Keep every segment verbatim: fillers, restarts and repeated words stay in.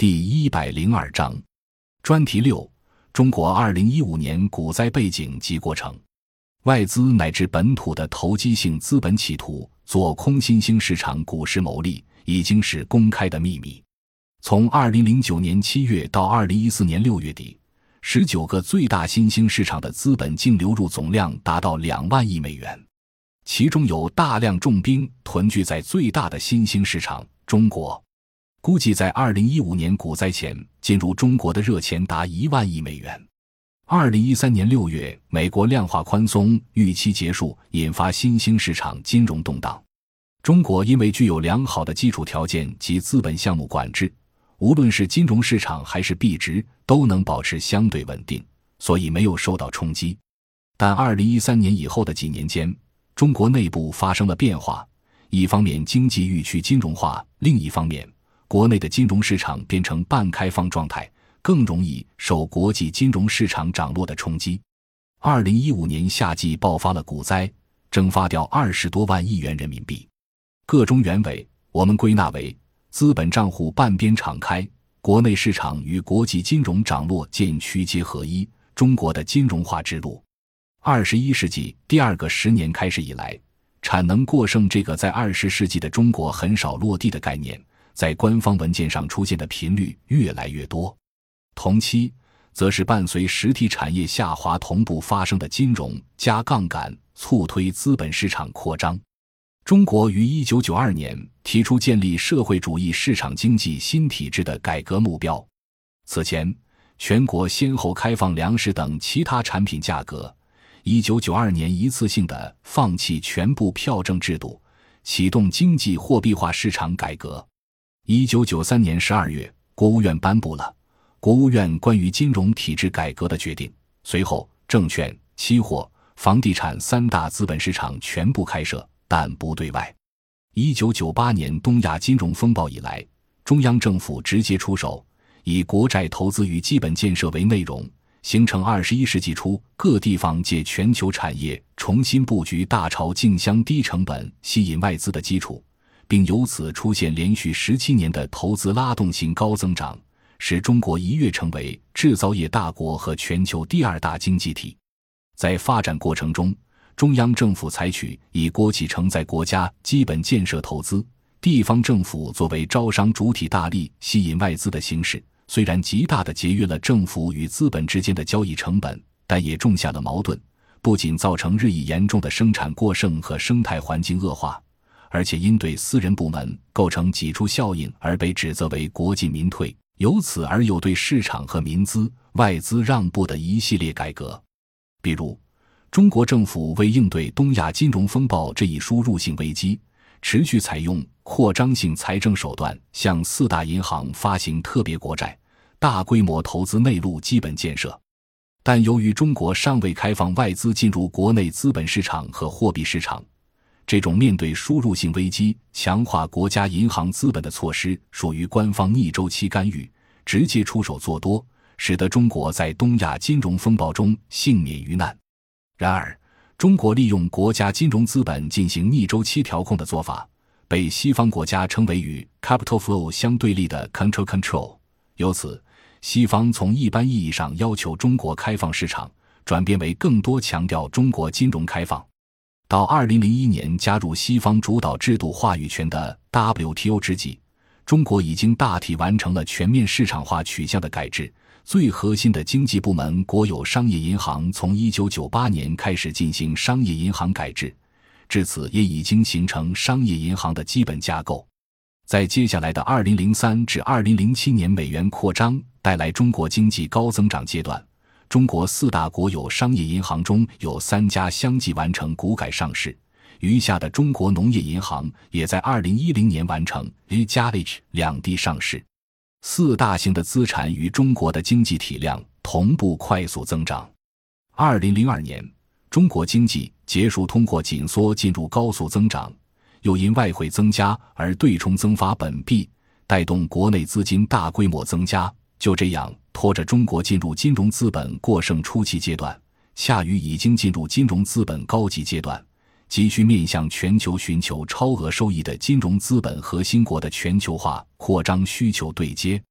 第一百零二章，专题六：中国二零一五年股灾背景及过程。外资乃至本土的投机性资本企图做空新兴市场股市牟利，已经是公开的秘密。从二零零九年七月到二零一四年六月底，十九个最大新兴市场的资本净流入总量达到两万亿美元，其中有大量重兵囤聚在最大的新兴市场中国。估计在二零一五年股灾前，进入中国的热钱达一万亿美元。二零一三年六月，美国量化宽松预期结束，引发新兴市场金融动荡。中国因为具有良好的基础条件及资本项目管制，无论是金融市场还是币值都能保持相对稳定，所以没有受到冲击。但二零一三年以后的几年间，中国内部发生了变化，一方面经济愈趋金融化，另一方面国内的金融市场变成半开放状态，更容易受国际金融市场涨落的冲击。二零一五年夏季爆发了股灾，蒸发掉二十多万亿元人民币。个中原委我们归纳为资本账户半边敞开，国内市场与国际金融涨落渐趋皆合一，中国的金融化之路。二十一世纪第二个十年开始以来，产能过剩这个在二十世纪的中国很少落地的概念，在官方文件上出现的频率越来越多。同期则是伴随实体产业下滑同步发生的金融加杠杆促推资本市场扩张。中国于一九九二年提出建立社会主义市场经济新体制的改革目标。此前，全国先后开放粮食等其他产品价格。一九九二年一次性的放弃全部票证制度，启动经济货币化市场改革。一九九三年十二月，国务院颁布了国务院关于金融体制改革的决定，随后证券、期货、房地产三大资本市场全部开设，但不对外。一九九八年东亚金融风暴以来，中央政府直接出手，以国债投资与基本建设为内容，形成二十一世纪初各地方借全球产业重新布局大潮竞相低成本吸引外资的基础，并由此出现连续十七年的投资拉动型高增长，使中国一跃成为制造业大国和全球第二大经济体。在发展过程中，中央政府采取以国企承载国家基本建设投资，地方政府作为招商主体大力吸引外资的形式，虽然极大地节约了政府与资本之间的交易成本，但也种下了矛盾，不仅造成日益严重的生产过剩和生态环境恶化，而且因对私人部门构成挤出效应而被指责为国进民退，由此而有对市场和民资、外资让步的一系列改革。比如，中国政府为应对东亚金融风暴这一输入性危机，持续采用扩张性财政手段，向四大银行发行特别国债，大规模投资内陆基本建设。但由于中国尚未开放外资进入国内资本市场和货币市场，这种面对输入性危机强化国家银行资本的措施属于官方逆周期干预，直接出手做多，使得中国在东亚金融风暴中幸免于难。然而，中国利用国家金融资本进行逆周期调控的做法，被西方国家称为与 capital flow 相对立的 control control。由此，西方从一般意义上要求中国开放市场，转变为更多强调中国金融开放。到二零零一年加入西方主导制度话语权的 W T O 之际，中国已经大体完成了全面市场化取向的改制。最核心的经济部门国有商业银行从一九九八年开始进行商业银行改制，至此也已经形成商业银行的基本架构。在接下来的二零零三至二零零七年美元扩张带来中国经济高增长阶段，中国四大国有商业银行中有三家相继完成股改上市，余下的中国农业银行也在二零一零年完成 L 加 H 两地上市。四大型的资产与中国的经济体量同步快速增长。二零零二年，中国经济结束通货紧缩进入高速增长，又因外汇增加而对冲增发本币，带动国内资金大规模增加，就这样拖着中国进入金融资本过剩初期阶段，恰与已经进入金融资本高级阶段，急需面向全球寻求超额收益的金融资本核心国的全球化扩张需求对接。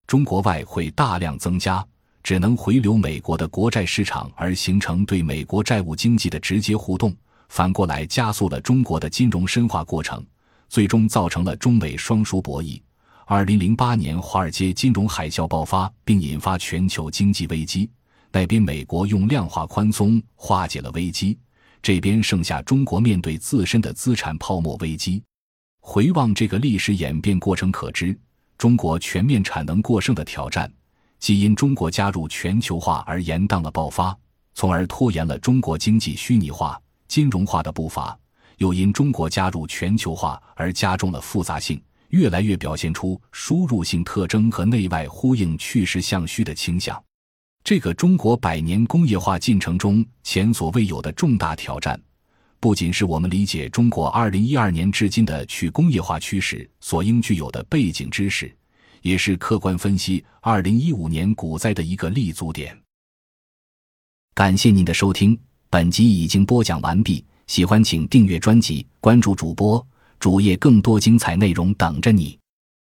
中国外汇大量增加，只能回流美国的国债市场，而形成对美国债务经济的直接互动，反过来加速了中国的金融深化过程，最终造成了中美双输博弈。二零零八年华尔街金融海啸爆发，并引发全球经济危机，那边美国用量化宽松化解了危机，这边剩下中国面对自身的资产泡沫危机。回望这个历史演变过程可知，中国全面产能过剩的挑战，既因中国加入全球化而延宕了爆发，从而拖延了中国经济虚拟化、金融化的步伐，又因中国加入全球化而加重了复杂性，越来越表现出输入性特征和内外呼应、去实向虚的倾向。这个中国百年工业化进程中前所未有的重大挑战，不仅是我们理解中国二零一二年至今的去工业化趋势所应具有的背景知识，也是客观分析二零一五年股灾的一个立足点。感谢您的收听，本集已经播讲完毕，喜欢请订阅专辑，关注主播，主页更多精彩内容等着你。